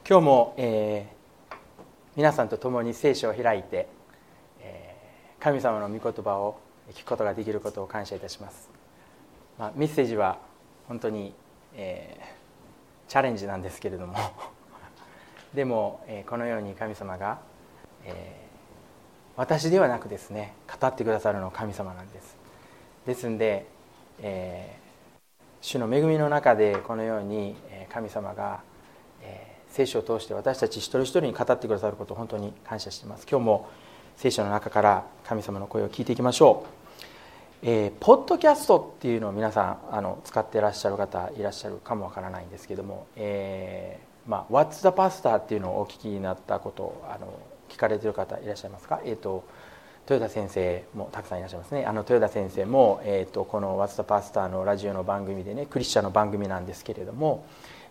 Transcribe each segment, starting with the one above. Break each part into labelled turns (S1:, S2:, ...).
S1: 今日も、皆さんと共に聖書を開いて、神様の御言葉を聞くことができることを感謝いたします。メッセージは本当に、チャレンジなんですけれどもでも、このように神様が、私ではなくですね、語ってくださるのは神様なんです。ですので、主の恵みの中でこのように神様が聖書を通して私たち一人一人に語ってくださることを本当に感謝しています。今日も聖書の中から神様の声を聞いていきましょう。ポッドキャストっていうのを皆さん使っていらっしゃる方いらっしゃるかもわからないんですけども、What's the Pastor っていうのをお聞きになったことを聞かれている方いらっしゃいますか。豊田先生もたくさんいらっしゃいますね。豊田先生も、この What's the Pastor のラジオの番組でね、クリスチャンの番組なんですけれども、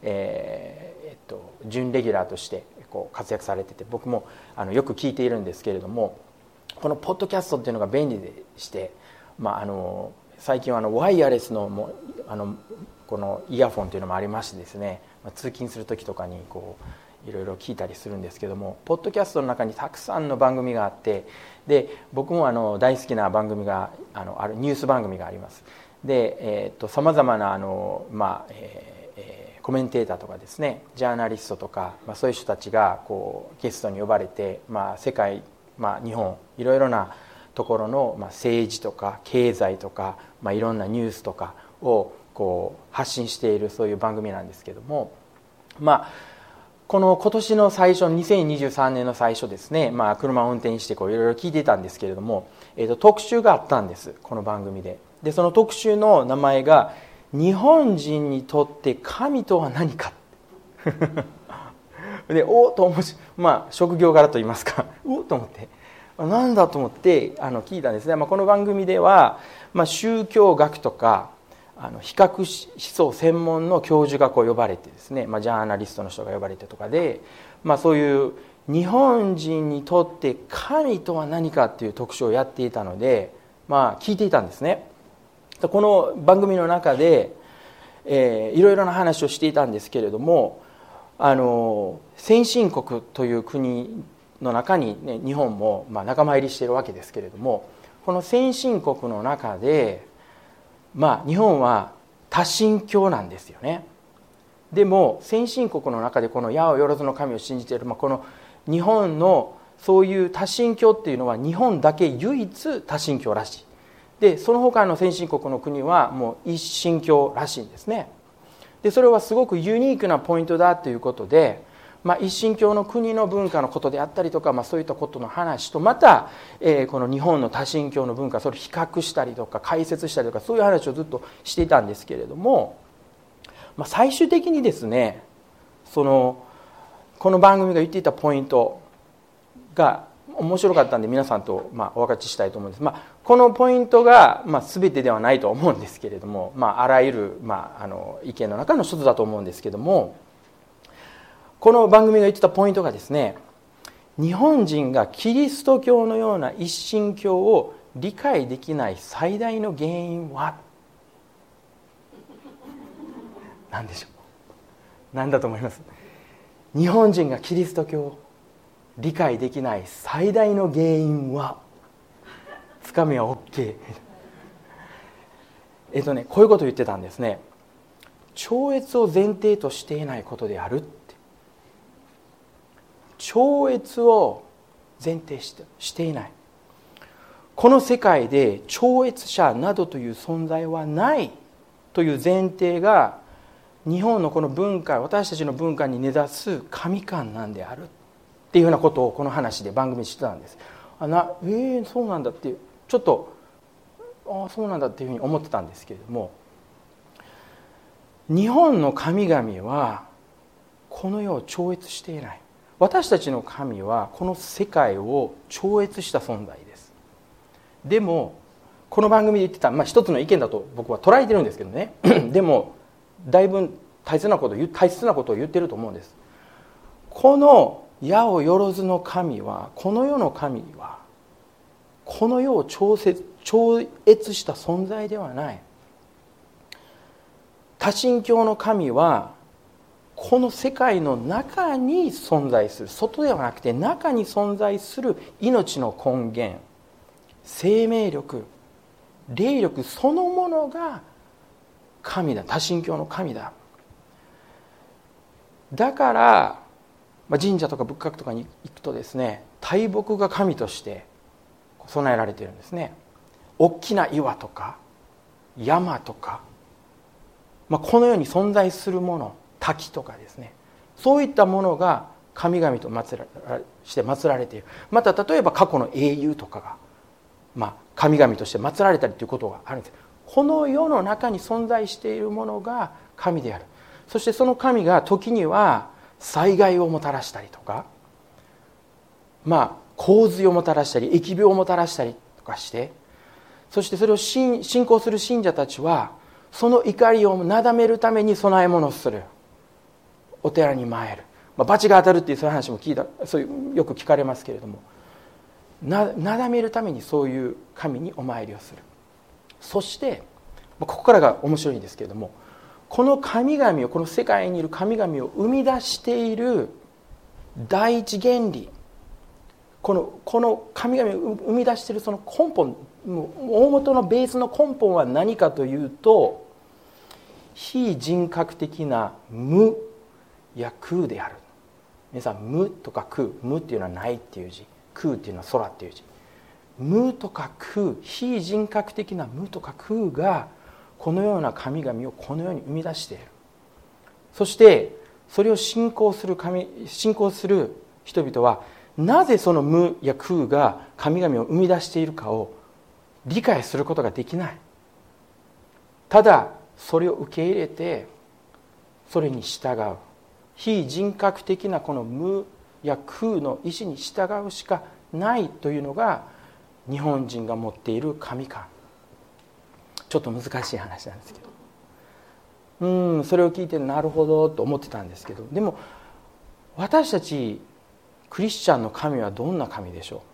S1: 準レギュラーとしてこう活躍されてて、僕もよく聞いているんですけれども、このポッドキャストっていうのが便利でして、最近はワイヤレスのこのイヤフォンというのもありましてですね、通勤する時とかにこういろいろ聞いたりするんですけども、ポッドキャストの中にたくさんの番組があって、で僕も大好きな番組があるニュース番組があります。でさまざまなコメンテーターとかですね、ジャーナリストとか、そういう人たちがこうゲストに呼ばれて、世界、日本いろいろなところの、政治とか経済とか、いろんなニュースとかをこう発信している、そういう番組なんですけども、この今年の最初2023年の最初ですね、車を運転してこういろいろ聞いていたんですけれども、特集があったんです、この番組で。でその特集の名前が日本人にとって神とは何かでと思職業柄といいますかと思ってなんだと思って聞いたんですね。この番組では、宗教学とか比較思想専門の教授がこう呼ばれてですね、ジャーナリストの人が呼ばれてとかで、そういう日本人にとって神とは何かっていう特集をやっていたので、聞いていたんですね。この番組の中で、いろいろな話をしていたんですけれども、先進国という国の中に、日本も仲間入りしているわけですけれども、この先進国の中で、日本は多神教なんですよね。でも先進国の中でこの矢を万の神を信じている、この日本のそういう多神教っていうのは日本だけ唯一多神教らしい。でその他の先進国の国はもう一神教らしいんですね。でそれはすごくユニークなポイントだということで、一神教の国の文化のことであったりとか、そういったことの話と、また、この日本の多神教の文化、それを比較したりとか解説したりとか、そういう話をずっとしていたんですけれども、最終的にですね、この番組が言っていたポイントが面白かったんで皆さんとお分かちしたいと思うんです。このポイントが全てではないと思うんですけれども、あらゆる意見の中の一つだと思うんですけども、この番組が言ってたポイントがですね、日本人がキリスト教のような一神教を理解できない最大の原因は何でしょう。何だと思います？日本人がキリスト教を理解できない最大の原因は、つかみは OK こういうことを言ってたんですね。超越を前提としていないことであるって。超越を前提していない。この世界で超越者などという存在はないという前提が日本のこの文化、私たちの文化に根ざす神観なんであるっていうようなことをこの話で番組してたんです。そうなんだっていう、ちょっとそうなんだっていうふうに思ってたんですけれども、日本の神々はこの世を超越していない。私たちの神はこの世界を超越した存在です。でもこの番組で言ってた、一つの意見だと僕は捉えてるんですけどねでもだいぶ大切なことを言ってると思うんです。この矢を万の神は、この世の神はこの世を超越した存在ではない。多神教の神はこの世界の中に存在する、外ではなくて中に存在する命の根源、生命力、霊力そのものが神だ、多神教の神だ。だから、神社とか仏閣とかに行くとですね、大木が神として備えられているんですね。大きな岩とか山とか、この世に存在するもの、滝とかですね、そういったものが神々として祀られている。また例えば過去の英雄とかが、神々として祀られたりということがあるんです。この世の中に存在しているものが神である。そしてその神が時には災害をもたらしたりとか、洪水をもたらしたり疫病をもたらしたりとかして、そしてそれを信仰する信者たちはその怒りをなだめるために供え物をする、お寺に参る、罰が当たるっていうそういう話もよく聞かれますけれども、なだめるためにそういう神にお参りをする。そしてここからが面白いんですけれども、この神々を、この世界にいる神々を生み出している第一原理、この神々を生み出しているその根本、大元のベースの根本は何かというと、非人格的な無や空である。皆さん、無とか空、無っていうのはないっていう字、空っていうのは空っていう字、無とか空、非人格的な無とか空がこのような神々をこのように生み出している。そしてそれを信仰する人々は、なぜその無や空が神々を生み出しているかを理解することができない。ただそれを受け入れてそれに従う、非人格的なこの無や空の意志に従うしかないというのが日本人が持っている神観。ちょっと難しい話なんですけど、それを聞いてなるほどと思ってたんですけど、でも私たちクリスチャンの神はどんな神でしょう。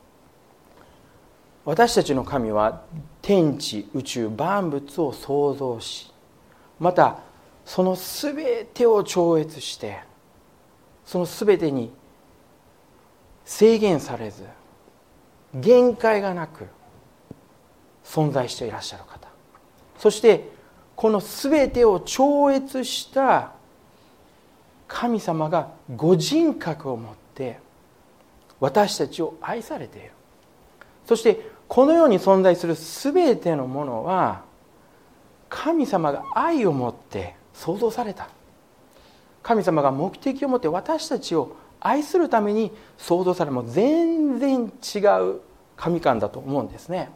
S1: 私たちの神は天地宇宙万物を創造し、またそのすべてを超越して、そのすべてに制限されず限界がなく存在していらっしゃる方、そしてこのすべてを超越した神様がご人格を持って私たちを愛されている。そしてこの世に存在するすべてのものは神様が愛を持って創造された。神様が目的を持って私たちを愛するために創造され、もう全然違う神観だと思うんですね。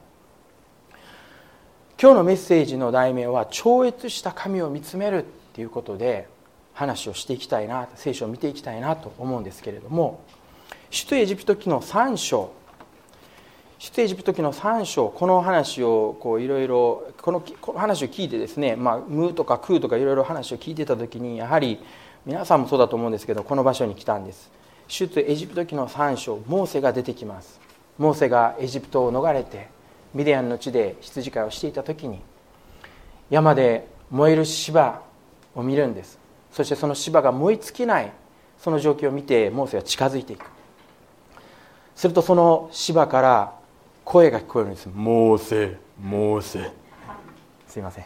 S1: 今日のメッセージの題名は超越した神を見つめるということで話をしていきたいな、聖書を見ていきたいなと思うんですけれども、出エジプト記の3章、出エジプト記の3章、この話をいろいろこの話を聞いてですね、無とか空とかいろいろ話を聞いてた時に、やはり皆さんもそうだと思うんですけど、この場所に来たんです。出エジプト記の3章、モーセが出てきます。モーセがエジプトを逃れてミディアンの地で羊飼いをしていた時に、山で燃える芝を見るんです。そしてその芝が燃え尽きない、その状況を見てモーセは近づいていく。するとその芝から声が聞こえるんです。モーセ、モーセ。すいません。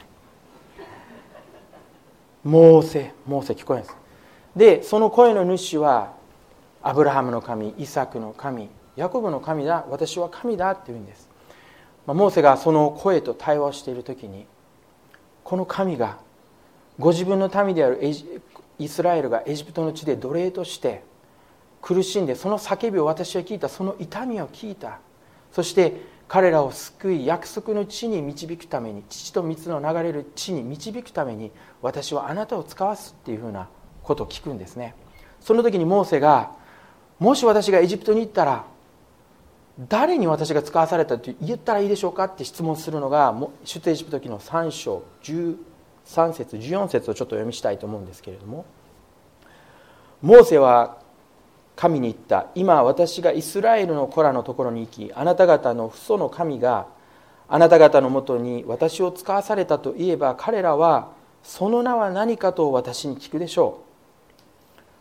S1: モーセ、モーセ聞こえるんです。で、その声の主はアブラハムの神、イサクの神、ヤコブの神だ、私は神だって言うんです。モーセがその声と対話をしているときに、この神がご自分の民であるイスラエルがエジプトの地で奴隷として苦しんで、その叫びを私は聞いた、その痛みを聞いた。そして彼らを救い約束の地に導くために、乳と蜜の流れる地に導くために私はあなたを使わすっていうふうなことを聞くんですね。その時にモーセが、もし私がエジプトに行ったら誰に私が使わされたと言ったらいいでしょうかって質問するのが出エジプト記の3章13節14節をちょっと読みしたいと思うんですけれども、モーセは神に言った。今私がイスラエルの子らのところに行き、あなた方の父祖の神があなた方のもとに私を使わされたと言えば、彼らはその名は何かと私に聞くでしょう。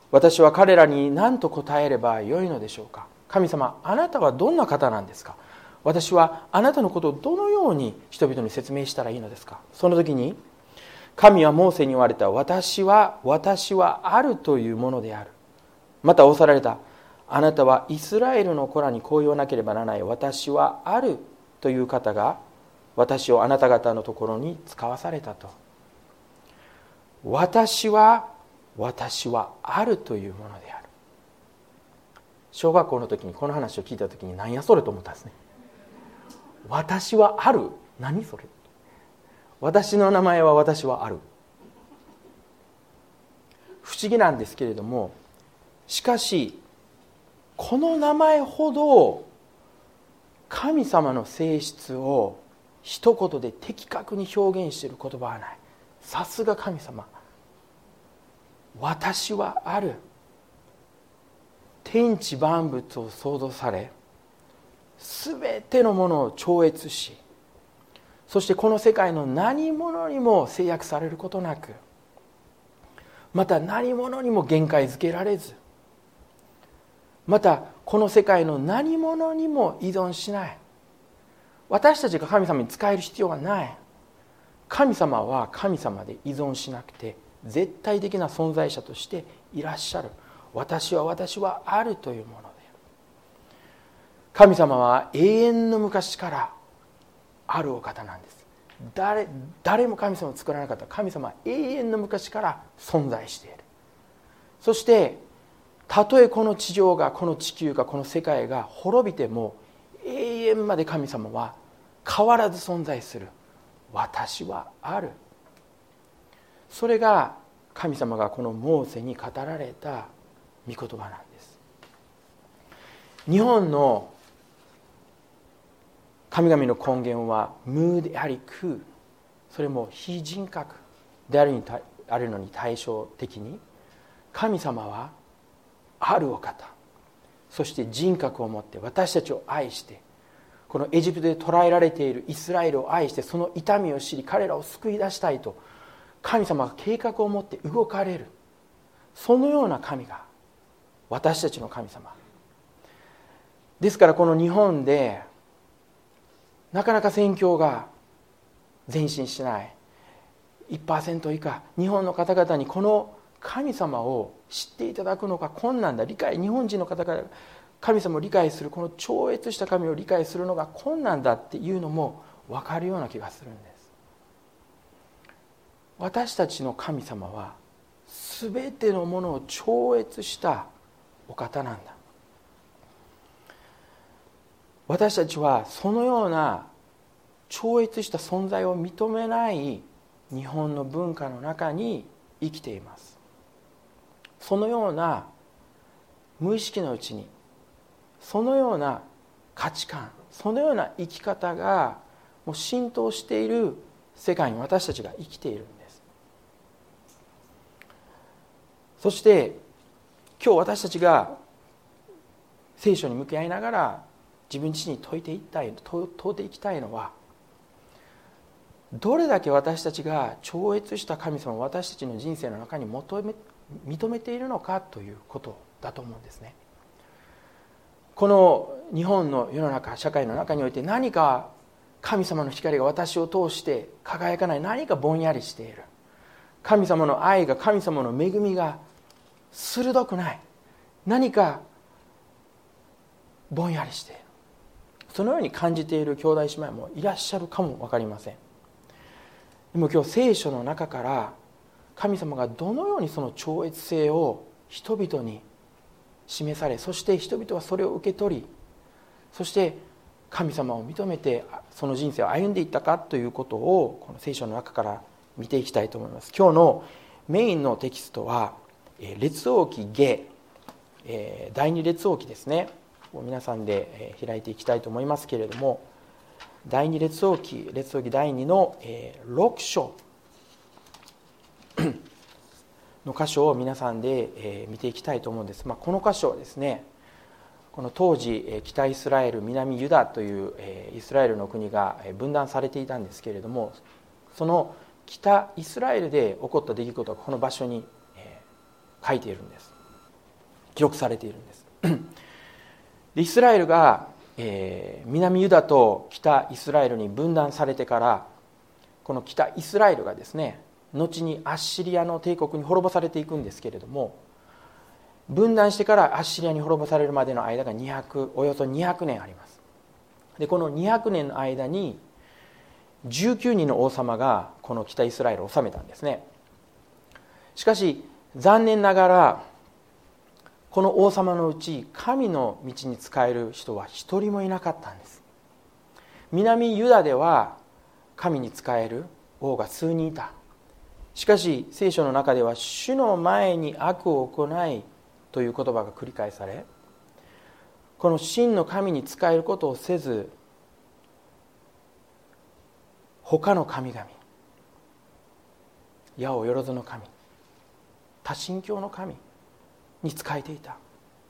S1: 私は彼らに何と答えればよいのでしょうか。神様、あなたはどんな方なんですか。私はあなたのことをどのように人々に説明したらいいのですか。その時に神はモーセに言われた。私はあるというものである。また仰せられた。あなたはイスラエルの子らにこう言わなければならない。私はあるという方が私をあなた方のところに使わされたと。私はあるというものである。小学校の時にこの話を聞いた時に何やそれと思ったんですね。私はある、何それ。私の名前は私はある。不思議なんですけれども、しかしこの名前ほど神様の性質を一言で的確に表現している言葉はない。さすが神様。私はある。天地万物を創造され、すべてのものを超越し、そしてこの世界の何者にも制約されることなく、また何者にも限界づけられず、またこの世界の何者にも依存しない。私たちが神様に仕える必要はない。神様は神様で依存しなくて、絶対的な存在者としていらっしゃる。私はあるというものである。神様は永遠の昔からあるお方なんです。誰も神様を作らなかった。神様は永遠の昔から存在している。そしてたとえこの地上が、この地球が、この世界が滅びても、永遠まで神様は変わらず存在する。私はある。それが神様がこのモーセに語られた御言葉なんです。日本の神々の根源は無であり空、それも非人格であるのに対照的に、神様はあるお方、そして人格を持って私たちを愛して、このエジプトで捕らえられているイスラエルを愛して、その痛みを知り彼らを救い出したいと神様が計画を持って動かれる。そのような神が私たちの神様ですから、この日本でなかなか宣教が前進しない 1% 以下、日本の方々にこの神様を知っていただくのが困難だ。日本人の方々が神様を理解する、この超越した神を理解するのが困難だっていうのも分かるような気がするんです。私たちの神様は全てのものを超越したお方なんだ。私たちはそのような超越した存在を認めない日本の文化の中に生きています。そのような無意識のうちに、そのような価値観、そのような生き方がもう浸透している世界に私たちが生きているんです。そして今日私たちが聖書に向き合いながら自分自身に問うていきたいのは、どれだけ私たちが超越した神様を私たちの人生の中に認めているのかということだと思うんですね。この日本の世の中、社会の中において、何か神様の光が私を通して輝かない、何かぼんやりしている、神様の愛が、神様の恵みが鋭くない、何かぼんやりしている、そのように感じている兄弟姉妹もいらっしゃるかも分かりません。でも今日聖書の中から神様がどのようにその超越性を人々に示され、そして人々はそれを受け取り、そして神様を認めてその人生を歩んでいったかということを、この聖書の中から見ていきたいと思います。今日のメインのテキストは列王記下、第二列王記ですね、皆さんで開いていきたいと思いますけれども、第二列王記第2の6章の箇所を皆さんで見ていきたいと思うんです。この箇所はですね、この当時北イスラエル、南ユダというイスラエルの国が分断されていたんですけれども、その北イスラエルで起こった出来事がこの場所に書いているんです。 記録されているんですでイスラエルが、南ユダと北イスラエルに分断されてから、この北イスラエルがですね、後にアッシリアの帝国に滅ぼされていくんですけれども、分断してからアッシリアに滅ぼされるまでの間がおよそ200年あります。でこの200年の間に19人の王様がこの北イスラエルを治めたんですね。しかし残念ながらこの王様のうち神の道に仕える人は一人もいなかったんです。南ユダでは神に仕える王が数人いた。しかし聖書の中では主の前に悪を行いという言葉が繰り返され、この真の神に仕えることをせず、他の神々、矢をよろずの神、多神教の神に仕えていた。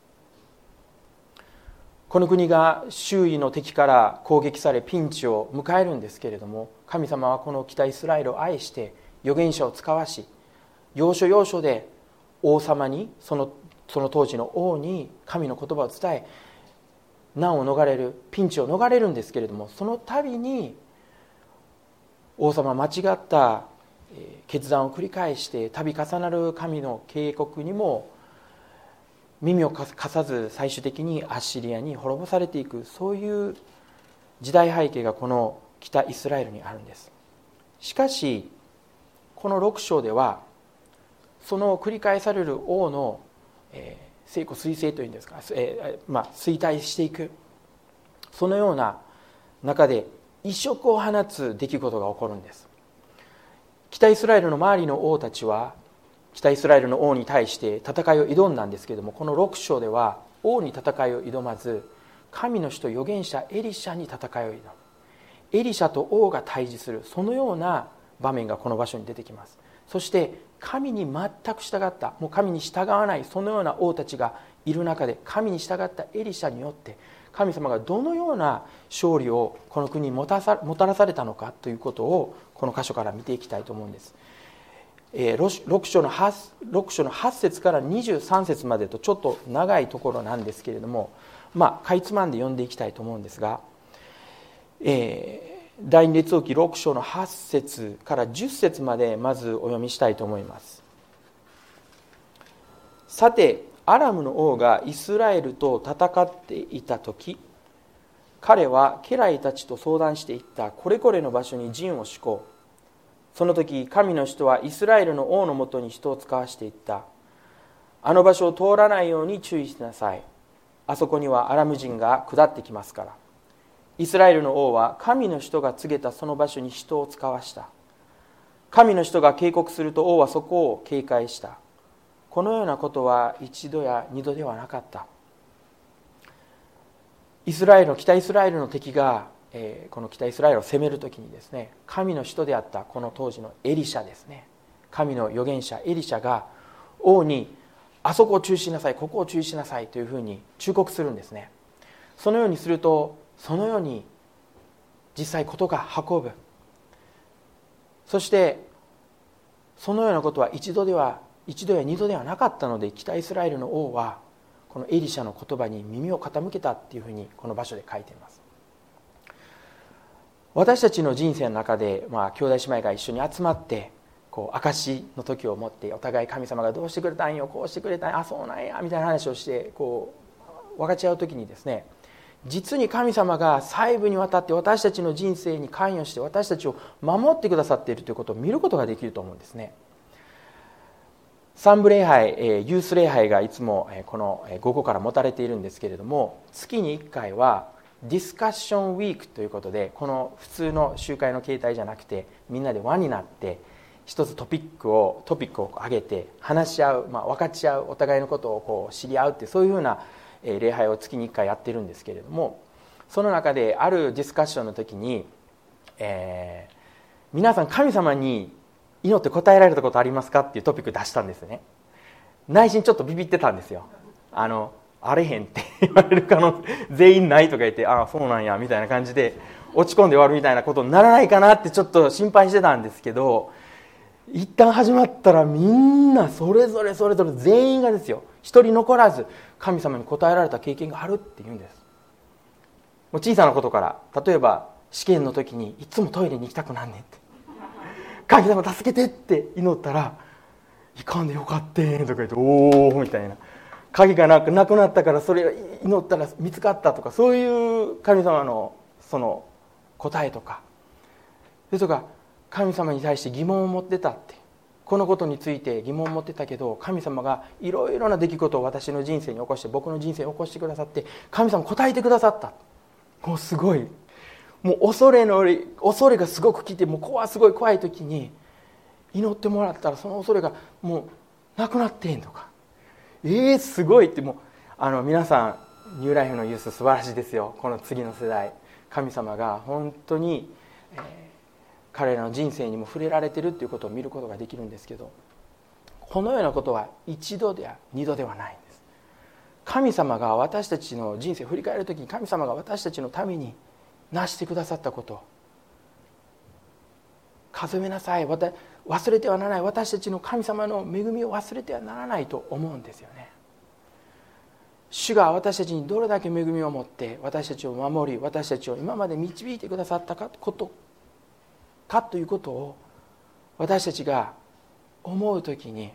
S1: この国が周囲の敵から攻撃されピンチを迎えるんですけれども、神様はこの北イスラエルを愛して預言者を使わし、要所要所で王様にその当時の王に神の言葉を伝え、難を逃れる、ピンチを逃れるんですけれども、その度に王様は間違った決断を繰り返して度重なる神の警告にも耳を貸さず、最終的にアッシリアに滅ぼされていく、そういう時代背景がこの北イスラエルにあるんです。しかしこの6章ではその繰り返される王の成功衰勢というんですか、衰退していく、そのような中で異色を放つ出来事が起こるんです。北イスラエルの周りの王たちは北イスラエルの王に対して戦いを挑んだんですけれども、この6章では王に戦いを挑まず、神の使徒預言者エリシャに戦いを挑む。エリシャと王が対峙する、そのような場面がこの場所に出てきます。そして神に全く従った、もう神に従わない、そのような王たちがいる中で、神に従ったエリシャによって神様がどのような勝利をこの国にもたらされたのかということをこの箇所から見ていきたいと思うんです。6章の8節から23節までとちょっと長いところなんですけれども、かいつまんで読んでいきたいと思うんですが、第二列王記6章の8節から10節までまずお読みしたいと思います。さてアラムの王がイスラエルと戦っていた時、彼は家来たちと相談していった。これこれの場所に陣を敷こう。その時神の人はイスラエルの王のもとに人を使わしていった。あの場所を通らないように注意しなさい。あそこにはアラム人が下ってきますから。イスラエルの王は神の人が告げたその場所に人を使わした。神の人が警告すると王はそこを警戒した。このようなことは一度や二度ではなかった。北イスラエルの敵が、この北イスラエルを攻めるときにですね、神の人であったこの当時のエリシャですね、神の預言者エリシャが王にあそこを注意しなさい、ここを注意しなさいというふうに忠告するんですね。そのようにすると、そのように実際事が運ぶ。そしてそのようなことは一度や二度ではなかったので、北イスラエルの王はこのエリシャの言葉に耳を傾けたっていうふうにこの場所で書いています。私たちの人生の中で、兄弟姉妹が一緒に集まって証の時を持ってお互い神様がどうしてくれたんよ、こうしてくれたんや、あそうなんやみたいな話をして分かち合う時にですね、実に神様が細部にわたって私たちの人生に関与して私たちを守ってくださっているということを見ることができると思うんですね。三部礼拝、ユース礼拝がいつもこの午後から持たれているんですけれども、月に1回はディスカッションウィークということで、この普通の集会の形態じゃなくて、みんなで輪になって一つトピックを上げて話し合う、分かち合う、お互いのことを知り合うっていう、そういうふうな礼拝を月に1回やってるんですけれども、その中であるディスカッションの時に、皆さん神様に祈って答えられたことありますかっていうトピック出したんですね。内心ちょっとビビってたんですよ。あれへんって言われる可能全員ないとか言って、ああそうなんやみたいな感じで落ち込んで終わるみたいなことにならないかなってちょっと心配してたんですけど、 一旦始まったらみんなそれぞれ全員がですよ、一人残らず神様に答えられた経験があるって言うんです。もう小さなことから、例えば試験の時にいつもトイレに行きたくなんねんって、神様助けてって祈ったら、いかんでよかったとか言って、おーみたいな、鍵がなくなったからそれ祈ったら見つかったとか、そういう神様のその答えとか、それとか神様に対して疑問を持ってたって、このことについて疑問を持ってたけど、神様がいろいろな出来事を私の人生に起こして、僕の人生に起こしてくださって、神様答えてくださった。もうすごい、もう恐れがすごく来て、もうすごい怖い時に祈ってもらったら、その恐れがもうなくなってんとか、すごいって、もう皆さんニューライフのユース素晴らしいですよ。この次の世代、神様が本当に、彼らの人生にも触れられているということを見ることができるんですけど、このようなことは一度や二度ではないんです。神様が私たちの人生を振り返るときに、神様が私たちのためになしてくださったこと、数えなさい、忘れてはならない、私たちの神様の恵みを忘れてはならないと思うんですよね。主が私たちにどれだけ恵みを持って私たちを守り、私たちを今まで導いてくださったかということを私たちが思うときに、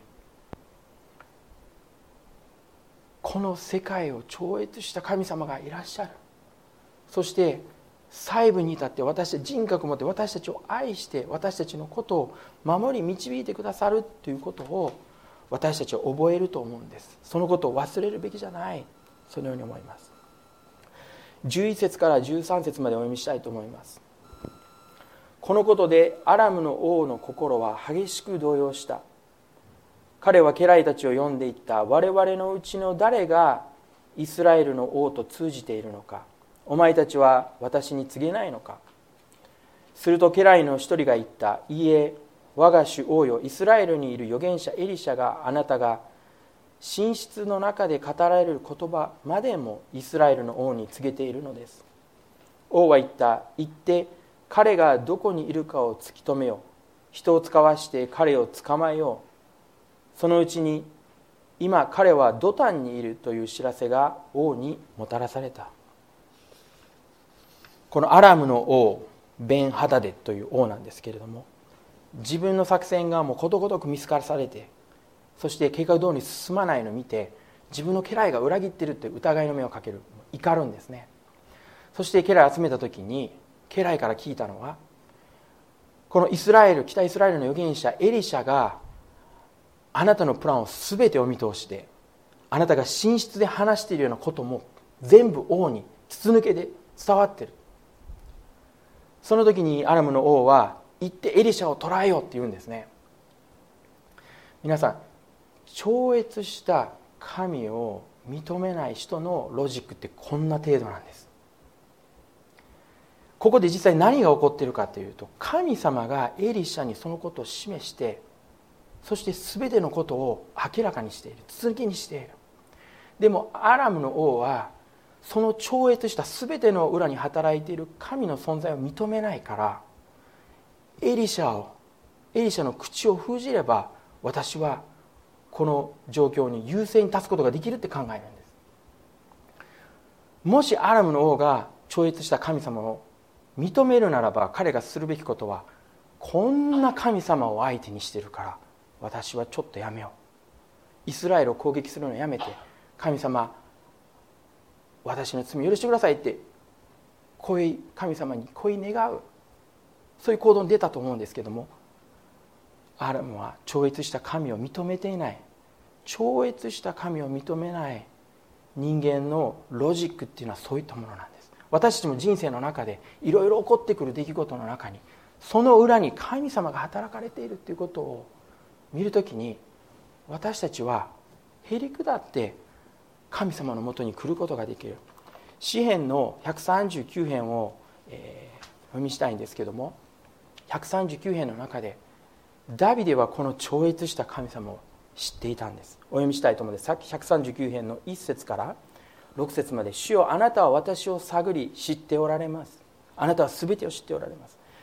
S1: この世界を超越した神様がいらっしゃる。そして細部に至って人格を持って私たちを愛して、私たちのことを守り導いてくださるということを私たちは覚えると思うんです。そのことを忘れるべきじゃない、そのように思います。11節から13節までお読みしたいと思います。このことでアラムの王の心は激しく動揺した。彼は家来たちを呼んでいった。我々のうちの誰がイスラエルの王と通じているのか。お前たちは私に告げないのか。すると家来の一人が言った。いいえ、我が主王よ、イスラエルにいる預言者エリシャがあなたが寝室の中で語られる言葉までもイスラエルの王に告げているのです。王は言った。行って彼がどこにいるかを突き止めよう。人を使わして彼を捕まえよう。そのうちに今彼はドタンにいるという知らせが王にもたらされた。このアラムの王ベンハダデという王なんですけれども、自分の作戦がもうことごとく見透かされて、そして計画通りに進まないのを見て、自分の家来が裏切っているという疑いの目をかける、怒るんですね。そして家来を集めた時に家来から聞いたのは、この北イスラエルの預言者エリシャがあなたのプランを全てお見通しで、あなたが寝室で話しているようなことも全部王に筒抜けで伝わっている。その時にアラムの王は行ってエリシャを捕らえようって言うんですね。皆さん、超越した神を認めない人のロジックってこんな程度なんです。ここで実際何が起こっているかというと、神様がエリシャにそのことを示して、そして全てのことを明らかにしている、筒抜けにしている。でもアラムの王はその超越した全ての裏に働いている神の存在を認めないから、エリシャの口を封じれば私はこの状況に優勢に立つことができるって考えるんです。もしアラムの王が超越した神様を認めるならば、彼がするべきことは、こんな神様を相手にしているから私はちょっとやめよう、イスラエルを攻撃するのをやめて、神様私の罪許してくださいって神様に恋願う、そういう行動に出たと思うんですけども、アラムは超越した神を認めていない。超越した神を認めない人間のロジックっていうのはそういったものなんです。私たちも人生の中でいろいろ起こってくる出来事の中に、その裏に神様が働かれているということを見るときに、私たちはへりくだって神様のもとに来ることができる。詩編の139編を、読みしたいんですけども、139編の中でダビデはこの超越した神様を知っていたんです。お読みしたいと思うんです。さっき139編の1節から6節まで、主よあなたは私を探り知っておられます。あなたは全てを知っておられます。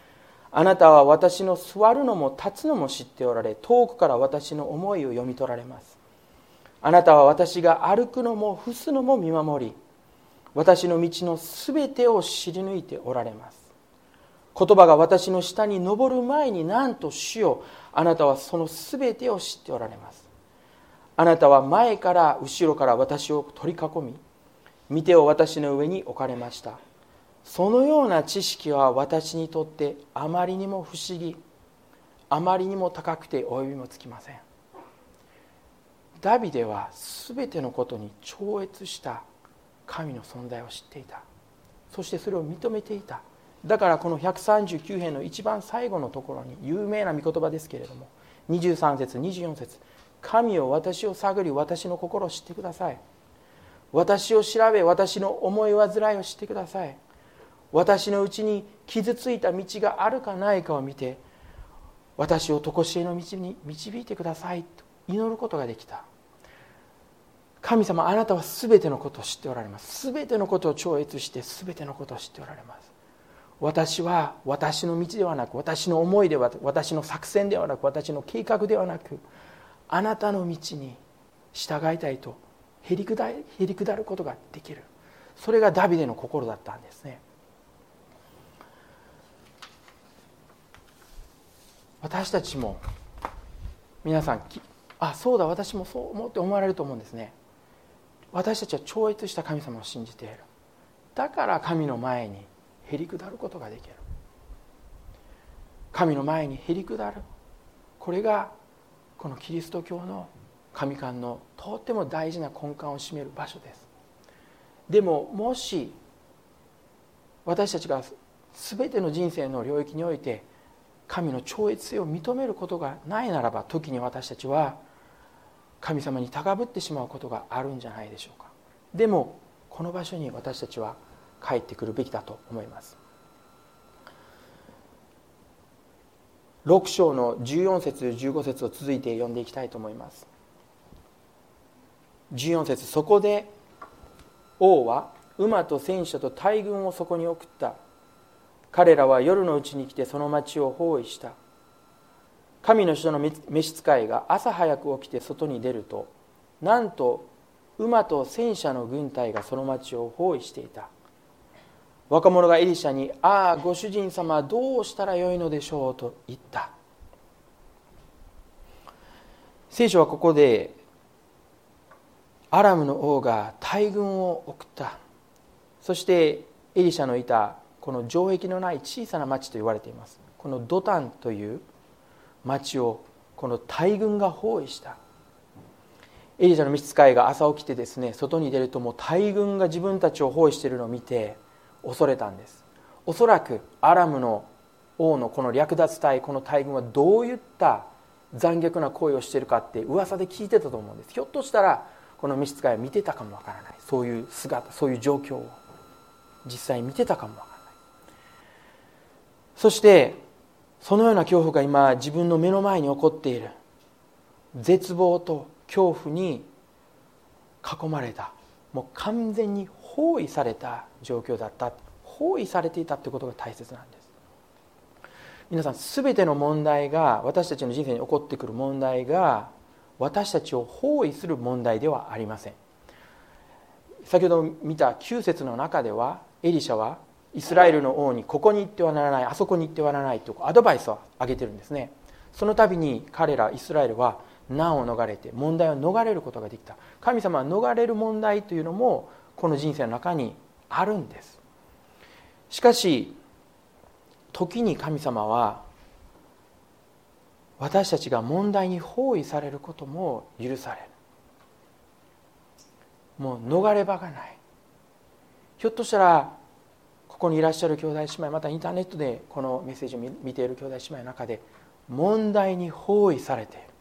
S1: あなたは私の座るのも立つのも知っておられ、遠くから私の思いを読み取られます。あなたは私が歩くのも伏すのも見守り、私の道のすべてを知り抜いておられます。言葉が私の下に上る前に、なんと主よ、あなたはそのすべてを知っておられます。あなたは前から後ろから私を取り囲み、御手を私の上に置かれました。そのような知識は私にとってあまりにも不思議、あまりにも高くて及びもつきません。ダビデはすべてのことに超越した神の存在を知っていた。そしてそれを認めていた。だからこの139編の一番最後のところに有名な御言葉ですけれども、23節24節、神よ、私を探り、私の心を知ってください。私を調べ、私の思い煩いを知ってください。私のうちに傷ついた道があるかないかを見て、私を常しえの道に導いてくださいと祈ることができた。神様、あなたはすべてのことを知っておられます。すべてのことを超越してすべてのことを知っておられます。私は私の道ではなく、私の思いではなく、私の作戦ではなく、私の計画ではなく、あなたの道に従いたいとへり下ることができる。それがダビデの心だったんですね。私たちも皆さん、そうだ、私もそう思って思われると思うんですね。私たちは超越した神様を信じている。だから神の前にへり下ることができる。神の前にへり下る、これがこのキリスト教の神観のとっても大事な根幹を占める場所です。でももし私たちが全ての人生の領域において神の超越性を認めることがないならば、時に私たちは神様に高ぶってしまうことがあるんじゃないでしょうか。でもこの場所に私たちは帰ってくるべきだと思います。6章の14節15節を続いて読んでいきたいと思います。14節、そこで王は馬と戦車と大軍をそこに送った。彼らは夜のうちに来てその町を包囲した。神の人の召使いが朝早く起きて外に出ると、なんと馬と戦車の軍隊がその町を包囲していた。若者がエリシャに、ご主人様、どうしたらよいのでしょうと言った。聖書はここでアラムの王が大軍を送った。そしてエリシャのいたこの城壁のない小さな町と言われています、このドタンという町をこの大軍が包囲した。エリシャの召使いが朝起きてですね、外に出るともう大軍が自分たちを包囲しているのを見て恐れたんです。おそらくアラムの王のこの略奪隊、この大軍はどういった残虐な行為をしているかって噂で聞いてたと思うんです。ひょっとしたらこの召使いは見てたかもわからない。そういう姿、そういう状況を実際に見てたかもわからない。そしてそのような恐怖が今自分の目の前に起こっている。絶望と恐怖に囲まれた、もう完全に包囲された状況だった。包囲されていたということが大切なんです。皆さん、すべての問題が、私たちの人生に起こってくる問題が私たちを包囲する問題ではありません。先ほど見た9節の中では、エリシャはイスラエルの王にここに行ってはならない、あそこに行ってはならないとアドバイスをあげてるんですね。その度に彼らイスラエルは難を逃れて問題を逃れることができた。神様は逃れる問題というのもこの人生の中にあるんです。しかし時に神様は私たちが問題に包囲されることも許される。もう逃れ場がない。ひょっとしたらここにいらっしゃる兄弟姉妹、またインターネットでこのメッセージを見ている兄弟姉妹の中で問題に包囲されている。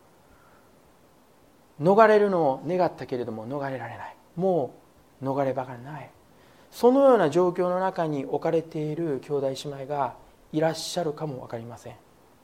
S1: 逃れるのを願ったけれども逃れられない。もう逃れ場がない。そのような状況の中に置かれている兄弟姉妹がいらっしゃるかも分かりません。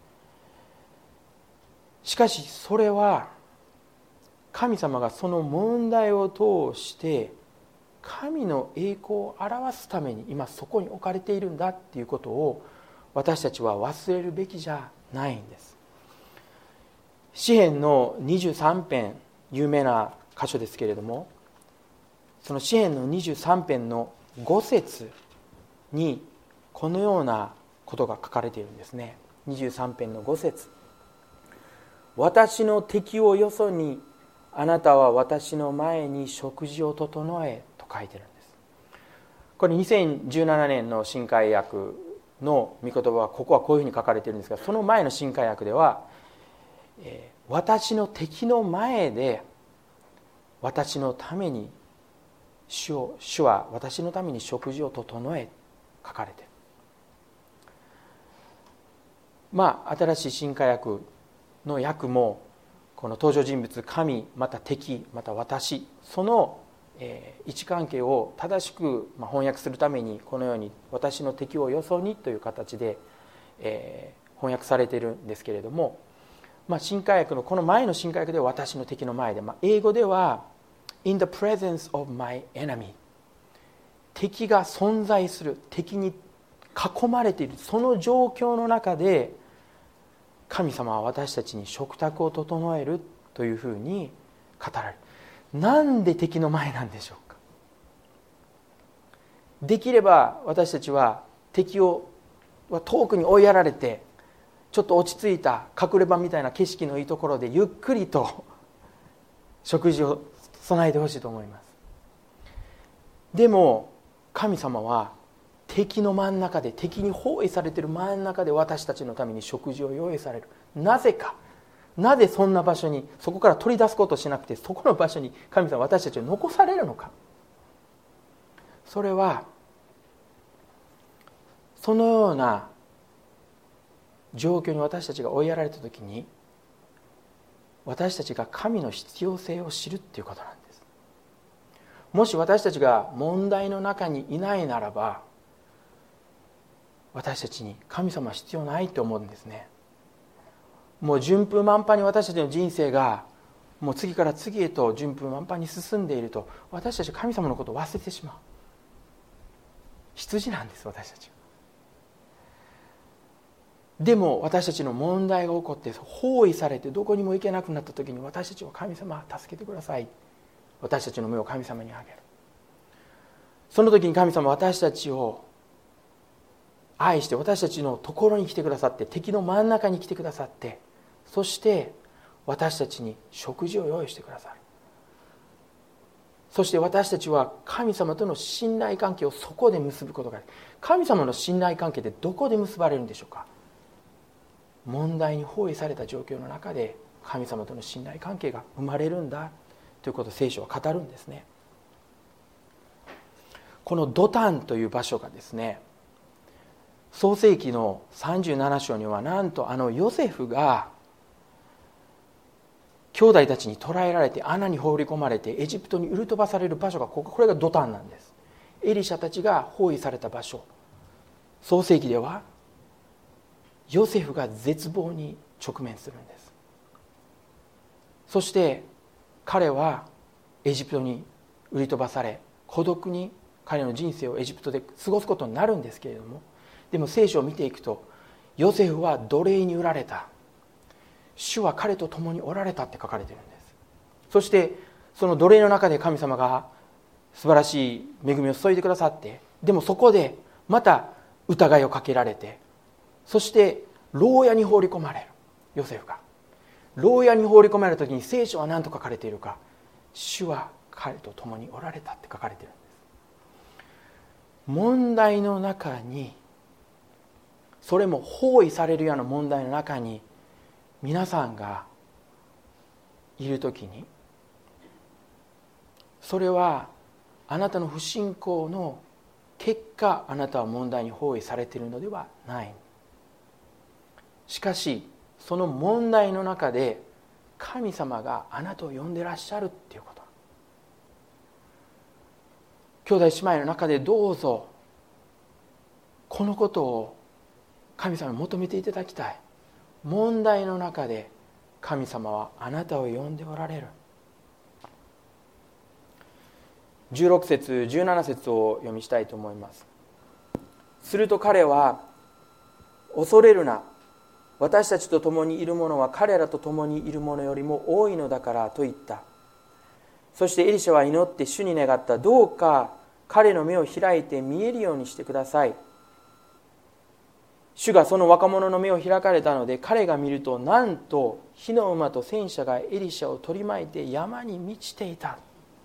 S1: しかしそれは神様がその問題を通して神の栄光を表すために今そこに置かれているんだっていうことを私たちは忘れるべきじゃないんです。詩編の23編、有名な箇所ですけれども、その詩編の23編の5節にこのようなことが書かれているんですね。23編の5節、私の敵をよそにあなたは私の前に食事を整えと書いているんです。これ2017年の新海訳の御言葉はここはこういうふうに書かれているんですが、その前の新海訳では、私の敵の前で私のために主は私のために食事を整え書かれている。新しい新海訳の訳もこの登場人物神また敵また私、その位置関係を正しく翻訳するためにこのように私の敵をよそにという形で翻訳されているんですけれども、新海訳のこの前の新海訳では私の敵の前で、英語では In the presence of my enemy、 敵が存在する、敵に囲まれているその状況の中で神様は私たちに食卓を整えるというふうに語られる。なんで敵の前なんでしょうか。できれば私たちは敵を遠くに追いやられてちょっと落ち着いた隠れ場みたいな景色のいいところでゆっくりと食事を備えてほしいと思います。でも神様は敵の真ん中で、敵に包囲されている真ん中で私たちのために食事を用意される。なぜか、なぜそんな場所にそこから取り出すことをしなくてそこの場所に神様は私たちを残されるのか。それはそのような状況に私たちが追いやられたときに、私たちが神の必要性を知るっていうことなんです。もし私たちが問題の中にいないならば、私たちに神様は必要ないと思うんですね。もう順風満帆に私たちの人生がもう次から次へと順風満帆に進んでいると、私たちは神様のことを忘れてしまう。羊なんです、私たちは。でも私たちの問題が起こって包囲されてどこにも行けなくなった時に、私たちは神様助けてください、私たちの目を神様にあげる。その時に神様は私たちを愛して私たちのところに来てくださって、敵の真ん中に来てくださって、そして私たちに食事を用意してくださる。そして私たちは神様との信頼関係をそこで結ぶことができる。神様の信頼関係ってどこで結ばれるんでしょうか。問題に包囲された状況の中で神様との信頼関係が生まれるんだということを聖書は語るんですね。このドタンという場所がですね、創世記の37章にはなんとヨセフが兄弟たちに捕らえられて穴に放り込まれてエジプトに売り飛ばされる場所がこれがドタンなんです。エリシャたちが包囲された場所、創世記ではヨセフが絶望に直面するんです。そして彼はエジプトに売り飛ばされ、孤独に彼の人生をエジプトで過ごすことになるんですけれども、でも聖書を見ていくと、ヨセフは奴隷に売られた、主は彼と共におられたって書かれているんです。そしてその奴隷の中で神様が素晴らしい恵みを注いでくださって、でもそこでまた疑いをかけられて、そして牢屋に放り込まれる。ヨセフが牢屋に放り込まれた時に聖書は何と書かれているか、主は彼と共におられたって書かれているんです。問題の中に、それも包囲されるような問題の中に皆さんがいるときに、それはあなたの不信仰の結果、あなたは問題に包囲されているのではない。しかしその問題の中で神様があなたを呼んでらっしゃるっていうこと。兄弟姉妹の中でどうぞこのことを神様に求めていただきたい。問題の中で神様はあなたを呼んでおられる。16節17節を読みしたいと思います。すると彼は、 恐れるな、私たちと共にいる者は彼らと共にいる者よりも多いのだからと言った。そしてエリシャは祈って主に願った。どうか彼の目を開いて見えるようにしてください。主がその若者の目を開かれたので、彼が見ると、なんと火の馬と戦車がエリシャを取り巻いて山に満ちていた。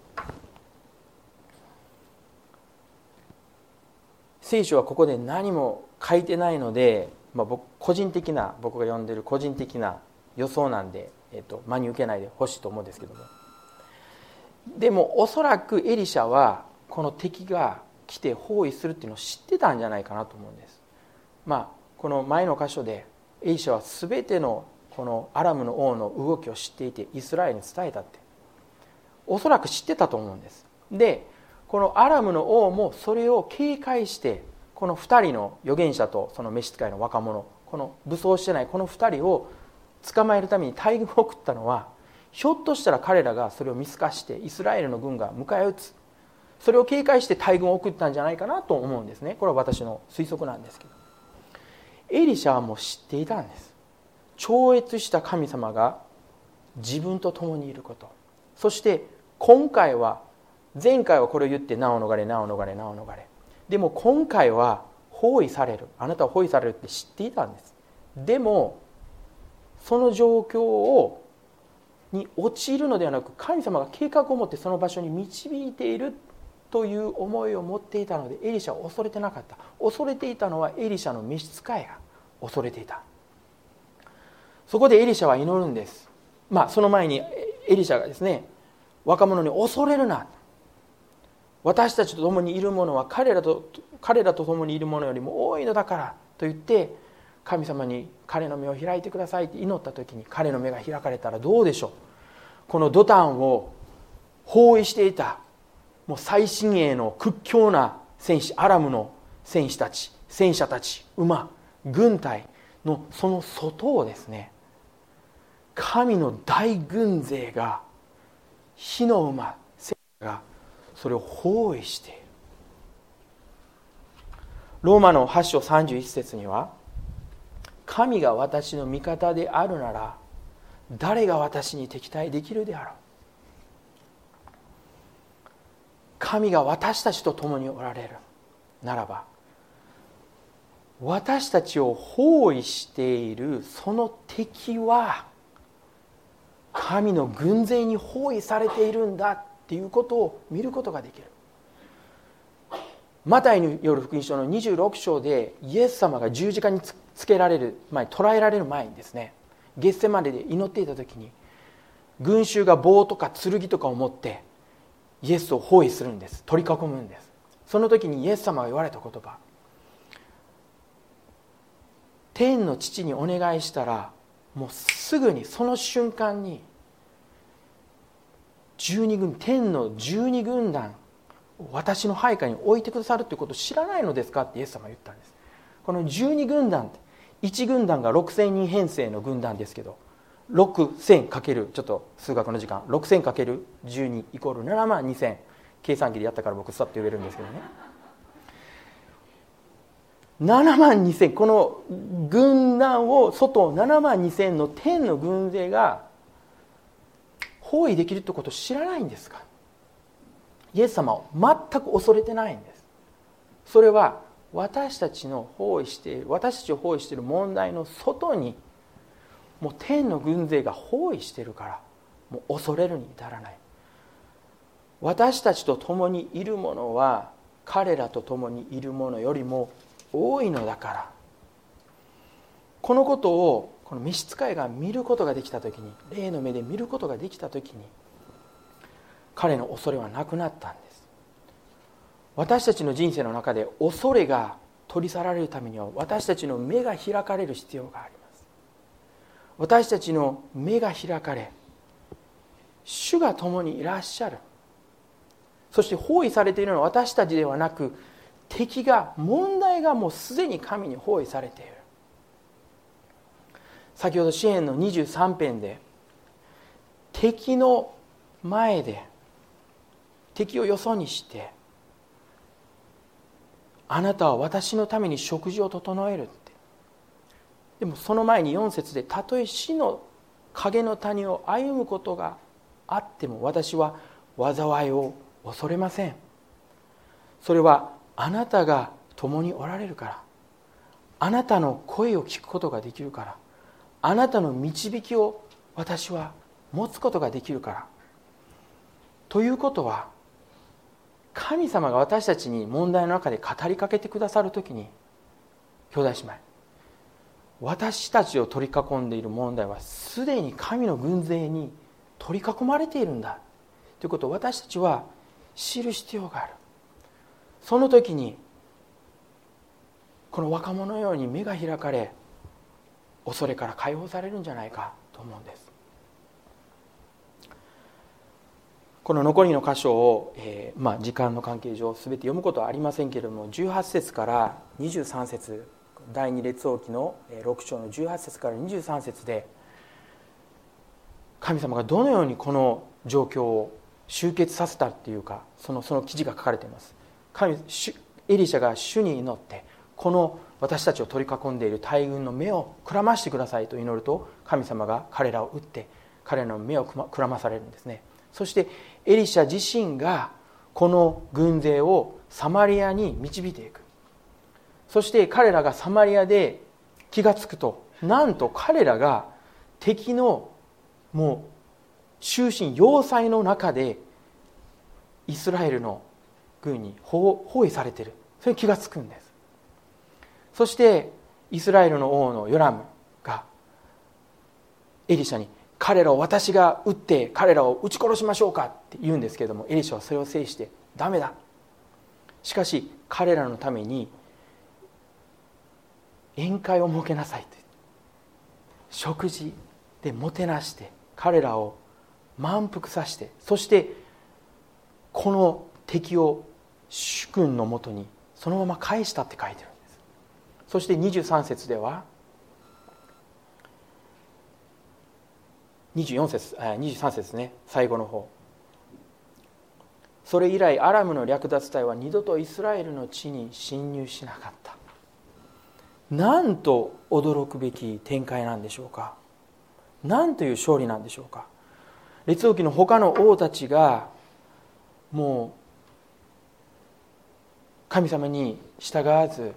S1: 聖書はここで何も書いてないので、僕が読んでいる個人的な予想なんで、真に受けないでほしいと思うんですけども、でもおそらくエリシャはこの敵が来て包囲するっていうのを知ってたんじゃないかなと思うんです。この前の箇所でエリシャは全てのこのアラムの王の動きを知っていてイスラエルに伝えたって、おそらく知ってたと思うんです。でこのアラムの王もそれを警戒して、この2人の預言者とその召使いの若者、この武装してないこの2人を捕まえるために大軍を送ったのは、ひょっとしたら彼らがそれを見透かしてイスラエルの軍が迎え撃つ、それを警戒して大軍を送ったんじゃないかなと思うんですね。これは私の推測なんですけど、エリシャはもう知っていたんです。超越した神様が自分と共にいること、そして前回はこれを言って、なお逃れなお逃れなお逃れ、でも今回は包囲される、あなたは包囲されるって知っていたんです。でもその状況に陥るのではなく、神様が計画を持ってその場所に導いているという思いを持っていたので、エリシャは恐れてなかった。恐れていたのはエリシャの召使いが恐れていた。そこでエリシャは祈るんです。その前にエリシャがですね、若者に恐れるな、私たちと共にいる者は彼らと共にいる者よりも多いのだからと言って、神様に彼の目を開いてくださいって祈った時に、彼の目が開かれたらどうでしょう。このドタンを包囲していたもう最新鋭の屈強な戦士、アラムの戦士たち、戦車たち、馬、軍隊のその外をですね、神の大軍勢が、火の馬、戦車がそれを包囲している。ローマの8章31節には、神が私の味方であるなら誰が私に敵対できるであろう。神が私たちと共におられるならば、私たちを包囲しているその敵は神の軍勢に包囲されているんだっていうことを見ることができる。マタイによる福音書の26章で、イエス様が十字架につけられる前、捕らえられる前にですね、ゲッセマネで祈っていた時に、群衆が棒とか剣とかを持ってイエスを包囲するんです。取り囲むんです。その時にイエス様が言われた言葉、天の父にお願いしたら、もうすぐにその瞬間に天の12軍団を私の配下に置いてくださるということを知らないのですかってイエス様が言ったんです。この12軍団って、1軍団が6000人編成の軍団ですけど、6000かける、ちょっと数学の時間、6000かける12イコール7万2000、計算機でやったから僕さっと言えるんですけどね、7万2000、この軍団を、外7万2000の天の軍勢が包囲できるってことを知らないんですか。イエス様を全く恐れてないんです。それは私たちを包囲している問題の外に、もう天の軍勢が包囲しているから、もう恐れるに至らない。私たちと共にいるものは彼らと共にいるものよりも多いのだから。このことをこの召使いが見ることができたときに、霊の目で見ることができたときに、彼の恐れはなくなったんです。私たちの人生の中で恐れが取り去られるためには、私たちの目が開かれる必要があります。私たちの目が開かれ、主が共にいらっしゃる。そして包囲されているのは私たちではなく、問題がもうすでに神に包囲されている。先ほど詩編の23編で、敵の前で敵をよそにして、あなたは私のために食事を整えるって、 でもその前に4節で、たとえ死の影の谷を歩むことがあっても私は災いを恐れません。それはあなたが共におられるから、あなたの声を聞くことができるから、あなたの導きを私は持つことができるから。ということは、神様が私たちに問題の中で語りかけてくださるときに、兄弟姉妹、私たちを取り囲んでいる問題はすでに神の軍勢に取り囲まれているんだということを私たちは知る必要がある。その時にこの若者のように目が開かれ、恐れから解放されるんじゃないかと思うんです。この残りの箇所を、時間の関係上全て読むことはありませんけれども、18節から23節、第二列王記の6章の18節から23節で、神様がどのようにこの状況を終結させたっていうか、その記事が書かれています。エリシャが主に祈って、この私たちを取り囲んでいる大軍の目をくらましてくださいと祈ると、神様が彼らを撃って彼らの目をくらまされるんですね。そしてエリシャ自身がこの軍勢をサマリアに導いていく。そして彼らがサマリアで気がつくと、なんと彼らが敵のもう終身要塞の中でイスラエルの軍に包囲されている、それに気がつくんです。そしてイスラエルの王のヨラムがエリシャに、彼らを私が撃って彼らを撃ち殺しましょうかって言うんですけれども、エリシャはそれを制して、ダメだ、しかし彼らのために宴会を設けなさいと、食事でもてなして彼らを満腹させて、そしてこの敵を主君のもとにそのまま返したって書いてるんです。そして23節では、23節ですね、最後の方、それ以来アラムの略奪隊は二度とイスラエルの地に侵入しなかった。なんと驚くべき展開なんでしょうか。なんという勝利なんでしょうか。列王記の他の王たちがもう神様に従わず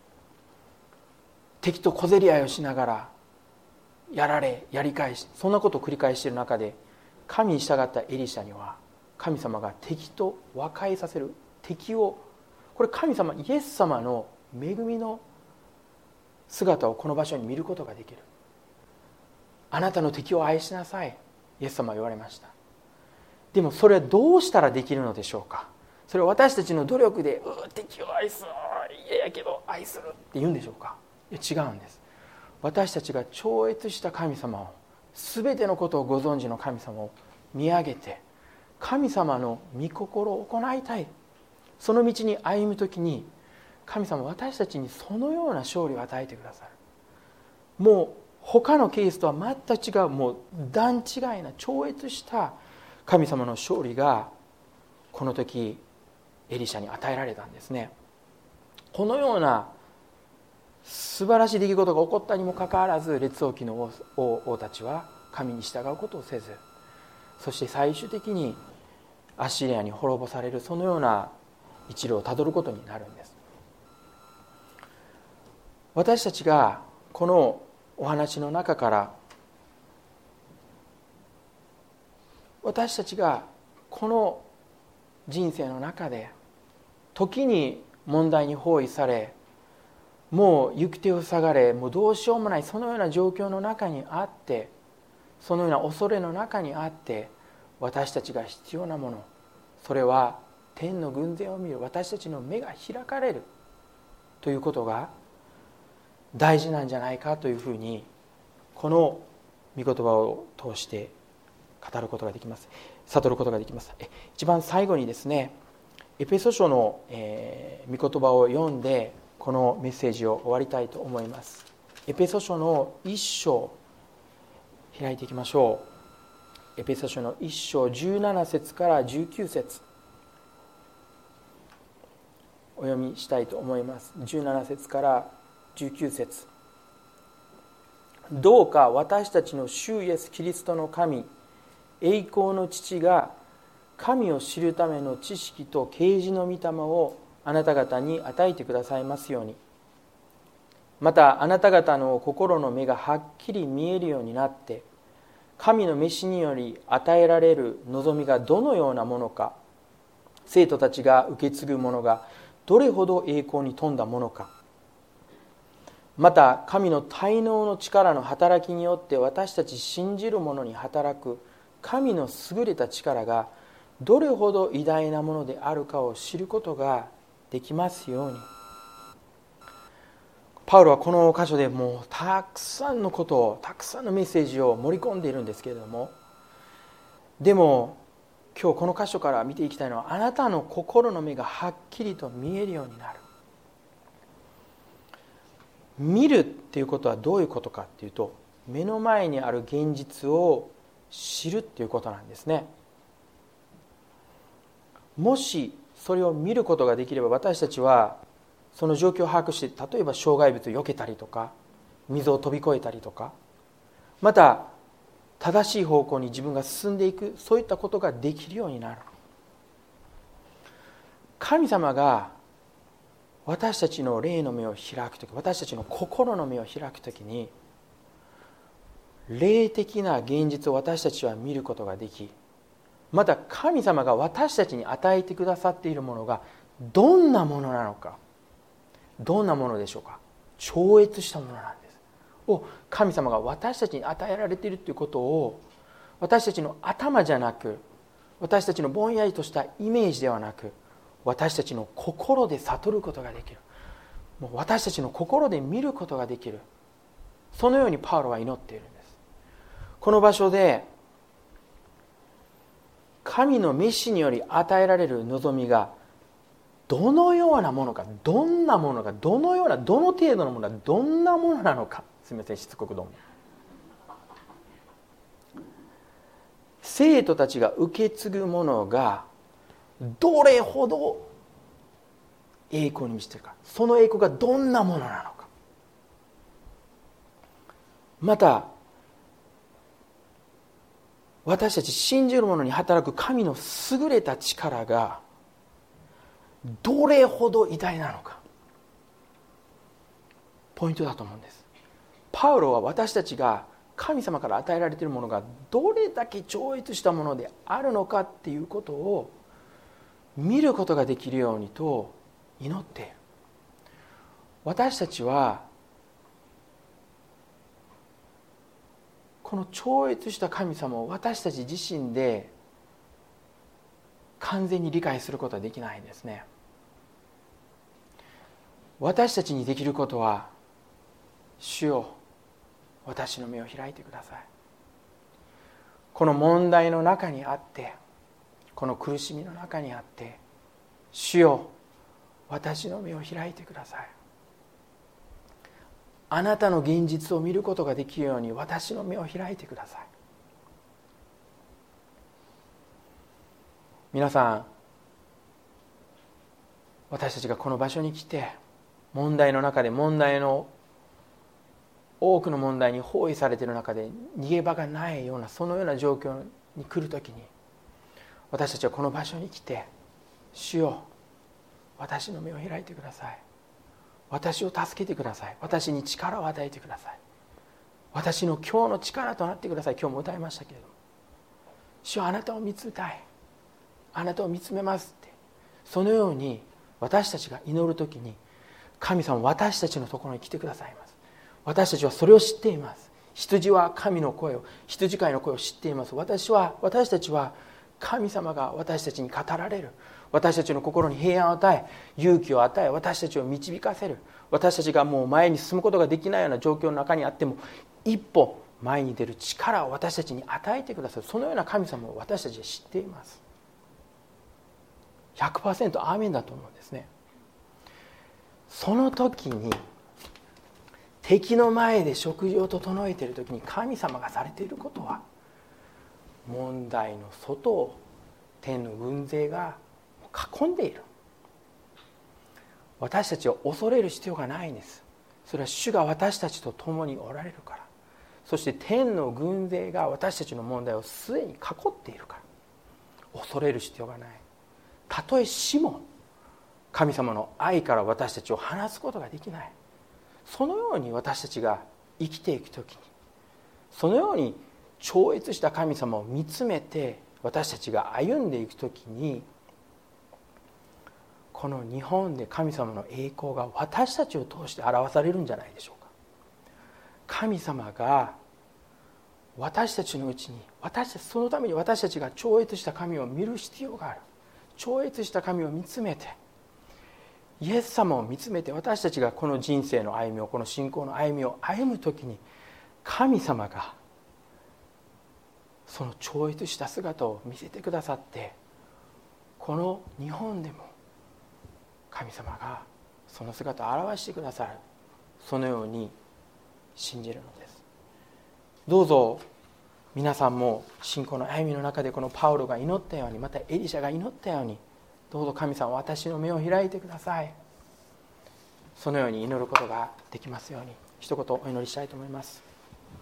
S1: 敵と小競り合いをしながらやり返し、そんなことを繰り返している中で、神に従ったエリシャには神様が敵と和解させる、敵を、これ神様イエス様の恵みの姿をこの場所に見ることができる。あなたの敵を愛しなさい、イエス様は言われました。でもそれはどうしたらできるのでしょうか。それは私たちの努力で敵を愛す、嫌やけど愛するって言うんでしょうか。いや違うんです。私たちが超越した神様を、全てのことをご存知の神様を見上げて、神様の御心を行いたい、その道に歩むときに、神様は私たちにそのような勝利を与えてくださる。もう他のケースとは全く違う、もう段違いな超越した神様の勝利がこの時エリシャに与えられたんですね。このような素晴らしい出来事が起こったにもかかわらず、列王記の王たちは神に従うことをせず、そして最終的にアッシリアに滅ぼされる、そのような一路をたどることになるんです。私たちがこのお話の中から、私たちがこの人生の中で時に問題に包囲され、もう行く手を塞がれ、もうどうしようもない、そのような状況の中にあって、そのような恐れの中にあって、私たちが必要なもの、それは天の軍勢を見る、私たちの目が開かれるということが大事なんじゃないかというふうに、この御言葉を通して語ることができます、悟ることができます。一番最後にですね、エペソ書の、御言葉を読んでこのメッセージを終わりたいと思います。エペソ書の1章開いていきましょう。エペソ書の1章17節から19節お読みしたいと思います。17節から19節。 どうか私たちの主イエスキリストの神、栄光の父が神を知るための知識と啓示の御霊をあなた方に与えてくださいますように。またあなた方の心の目がはっきり見えるようになって、神の召しにより与えられる望みがどのようなものか、生徒たちが受け継ぐものがどれほど栄光に富んだものか、また神の大能の力の働きによって私たち信じる者に働く神の優れた力がどれほど偉大なものであるかを知ることができますように。パウロはこの箇所でもうたくさんのことを、たくさんのメッセージを盛り込んでいるんですけれども、でも今日この箇所から見ていきたいのは、あなたの心の目がはっきりと見えるようになる。見るっていうことはどういうことかっていうと、目の前にある現実を知るっていうことなんですね。もしそれを見ることができれば、私たちはその状況を把握して、例えば障害物を避けたりとか、溝を飛び越えたりとか、また正しい方向に自分が進んでいく、そういったことができるようになる。神様が私たちの霊の目を開くとき、私たちの心の目を開くときに、霊的な現実を私たちは見ることができ、また神様が私たちに与えてくださっているものがどんなものなのか、どんなものでしょうか。超越したものなんですを神様が私たちに与えられているということを、私たちの頭じゃなく、私たちのぼんやりとしたイメージではなく、私たちの心で悟ることができる。もう私たちの心で見ることができる。そのようにパウロは祈っているんです。この場所で神の召しにより与えられる望みがどのようなものか、どんなものか、どのような、どの程度のものか、どんなものなのか。すみません、しつこくどうも。生徒たちが受け継ぐものがどれほど栄光に満ちているか、その栄光がどんなものなのか、また私たち信じる者に働く神の優れた力がどれほど偉大なのか、ポイントだと思うんです。パウロは私たちが神様から与えられているものがどれだけ超越したものであるのかっていうことを見ることができるようにと祈っている。私たちはこの超越した神様を私たち自身で完全に理解することはできないんですね。私たちにできることは、主よ、私の目を開いてください。この問題の中にあって、この苦しみの中にあって、主よ、私の目を開いてください。あなたの現実を見ることができるように私の目を開いてください。皆さん、私たちがこの場所に来て、問題の中で多くの問題に包囲されている中で逃げ場がないような、そのような状況に来るときに、私たちはこの場所に来て、主よ、私の目を開いてください。私を助けてください。私に力を与えてください。私の今日の力となってください。今日も歌いましたけれども、主よ、あなたを見つめたい。あなたを見つめますって、そのように私たちが祈るときに、神様は私たちのところに来てくださいます。私たちはそれを知っています。羊は神の声を、羊飼いの声を知っています。私たちは神様が私たちに語られる、私たちの心に平安を与え、勇気を与え、私たちを導かせる、私たちがもう前に進むことができないような状況の中にあっても一歩前に出る力を私たちに与えてくださる、そのような神様を私たちは知っています。 100% アーメンだと思うんですね。その時に敵の前で食事を整えている時に神様がされていることは、問題の外を天の軍勢が囲んでいる。私たちを恐れる必要がないんです。それは主が私たちと共におられるから。 そして天の軍勢が私たちの問題をすでに囲っているから、恐れる必要がない。たとえ死も神様の愛から私たちを離すことができない。そのように私たちが生きていくときに、そのように超越した神様を見つめて私たちが歩んでいくときに、この日本で神様の栄光が私たちを通して表されるんじゃないでしょうか。神様が私たちのうちに、そのために私たちが超越した神を見る必要がある。超越した神を見つめて、イエス様を見つめて、私たちがこの人生の歩みを、この信仰の歩みを歩むときに、神様がその超越した姿を見せてくださって、この日本でも神様がその姿を表してくださる、そのように信じるのです。どうぞ皆さんも信仰の歩みの中で、このパウロが祈ったように、またエリシャが祈ったように、どうぞ神様、私の目を開いてください。そのように祈ることができますように、一言お祈りしたいと思います。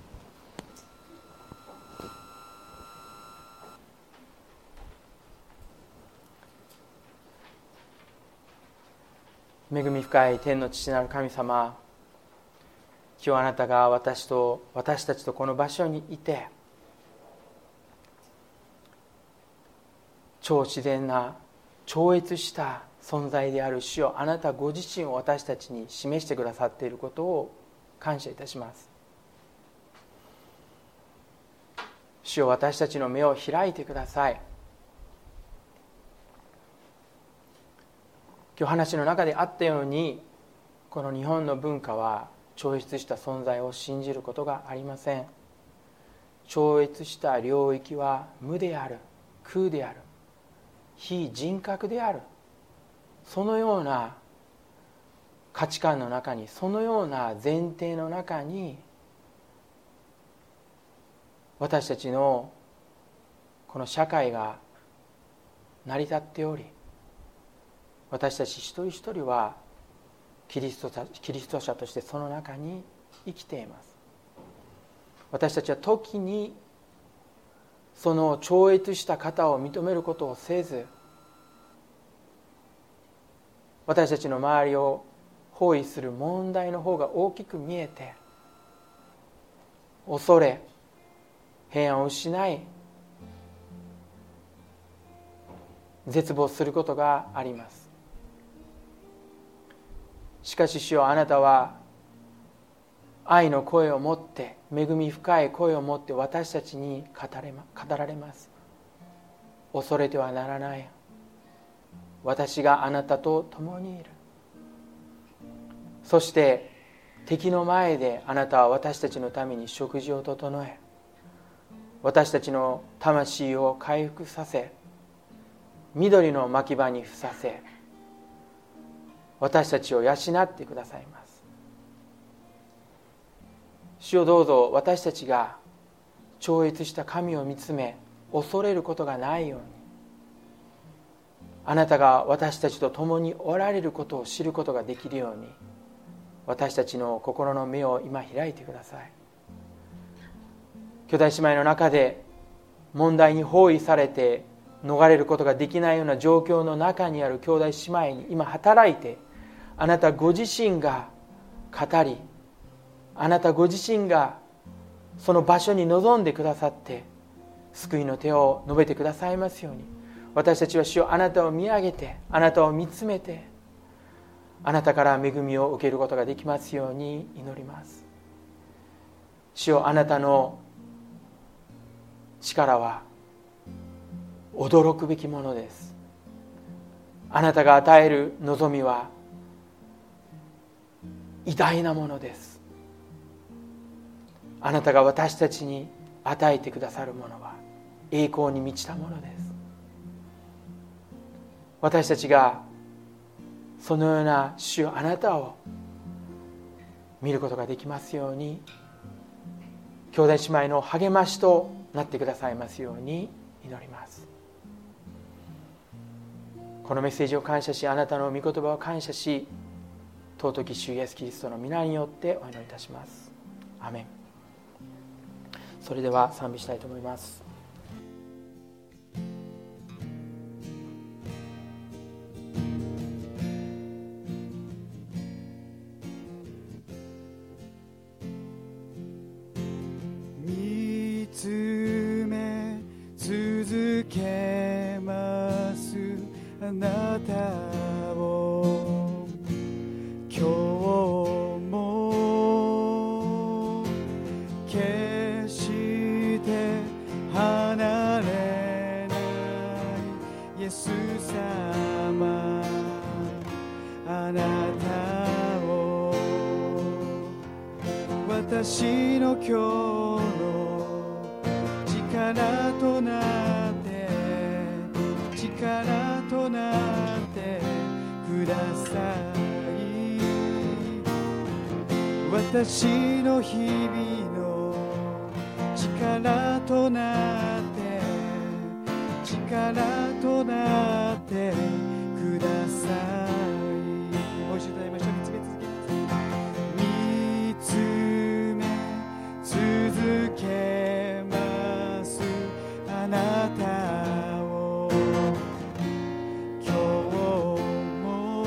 S1: 恵み深い天の父なる神様、今日あなたが私たちとこの場所にいて、超自然な超越した存在である主よ、あなたご自身を私たちに示してくださっていることを感謝いたします。主よ、私たちの目を開いてください。今日話の中であったように、この日本の文化は超越した存在を信じることがありません。超越した領域は無である、空である、非人格である、そのような価値観の中に、そのような前提の中に、私たちのこの社会が成り立っており、私たち一人一人はキリスト者としてその中に生きています。私たちは時にその超越した方を認めることをせず、私たちの周りを包囲する問題の方が大きく見えて、恐れ、平安を失い、絶望することがあります。しかし主よ、あなたは愛の声を持って、恵み深い声を持って私たちに語られます。恐れてはならない。私があなたと共にいる。そして敵の前であなたは私たちのために食事を整え、私たちの魂を回復させ、緑の牧場にふさせ、私たちを養ってくださいます。主よ、どうぞ私たちが超越した神を見つめ、恐れることがないように、あなたが私たちと共におられることを知ることができるように、私たちの心の目を今開いてください。兄弟姉妹の中で問題に包囲されて逃れることができないような状況の中にある兄弟姉妹に今働いて、あなたご自身が語り、あなたご自身がその場所に臨んでくださって救いの手を述べてくださいますように、私たちは主よ、あなたを見上げて、あなたを見つめて、あなたから恵みを受けることができますように祈ります。主よ、あなたの力は驚くべきものです。あなたが与える望みは偉大なものです。あなたが私たちに与えてくださるものは栄光に満ちたものです。私たちがそのような主よ、あなたを見ることができますように、兄弟姉妹の励ましとなってくださいますように祈ります。このメッセージを感謝し、あなたの御言葉を感謝し、尊き主イエスキリストの皆によってお祈りいたします。アメン。 それでは賛美したいと思います。
S2: 見つめ続けますあなたを、今日も決して離れないイエス様、あなたを私の今日の力となって力となってください。私の日々の力となって力となってください。もう一度歌いましょう。見つめ続けますあなたを、今日も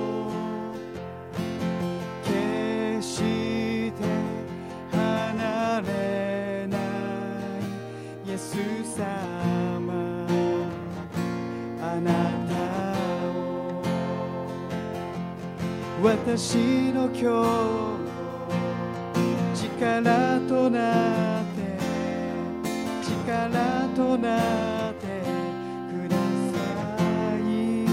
S2: 決して離れないイエス様、あなたを私の今日の力となって力となってください。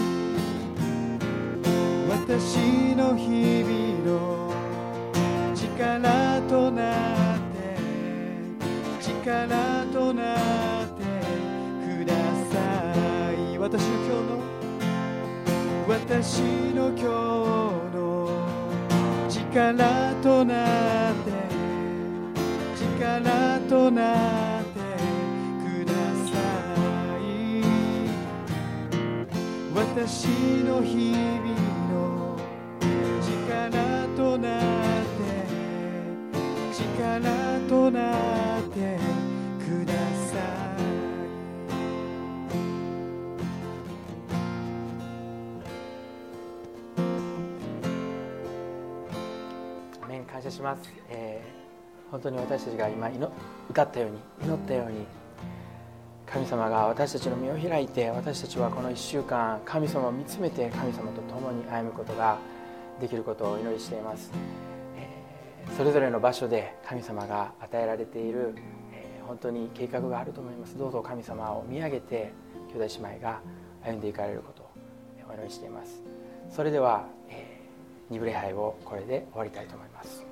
S2: 私の日々の力となって力となってください。私の今日の力となって力となってください。私の日々の力となって力となってください。
S1: アメン、感謝します。本当に私たちが今歌ったように祈ったように、神様が私たちの身を開いて、私たちはこの1週間神様を見つめて神様と共に歩むことができることをお祈りしています。それぞれの場所で神様が与えられている、本当に計画があると思います。どうぞ神様を見上げて兄弟姉妹が歩んでいかれることをお祈りしています。それでは、2部礼拝をこれで終わりたいと思います。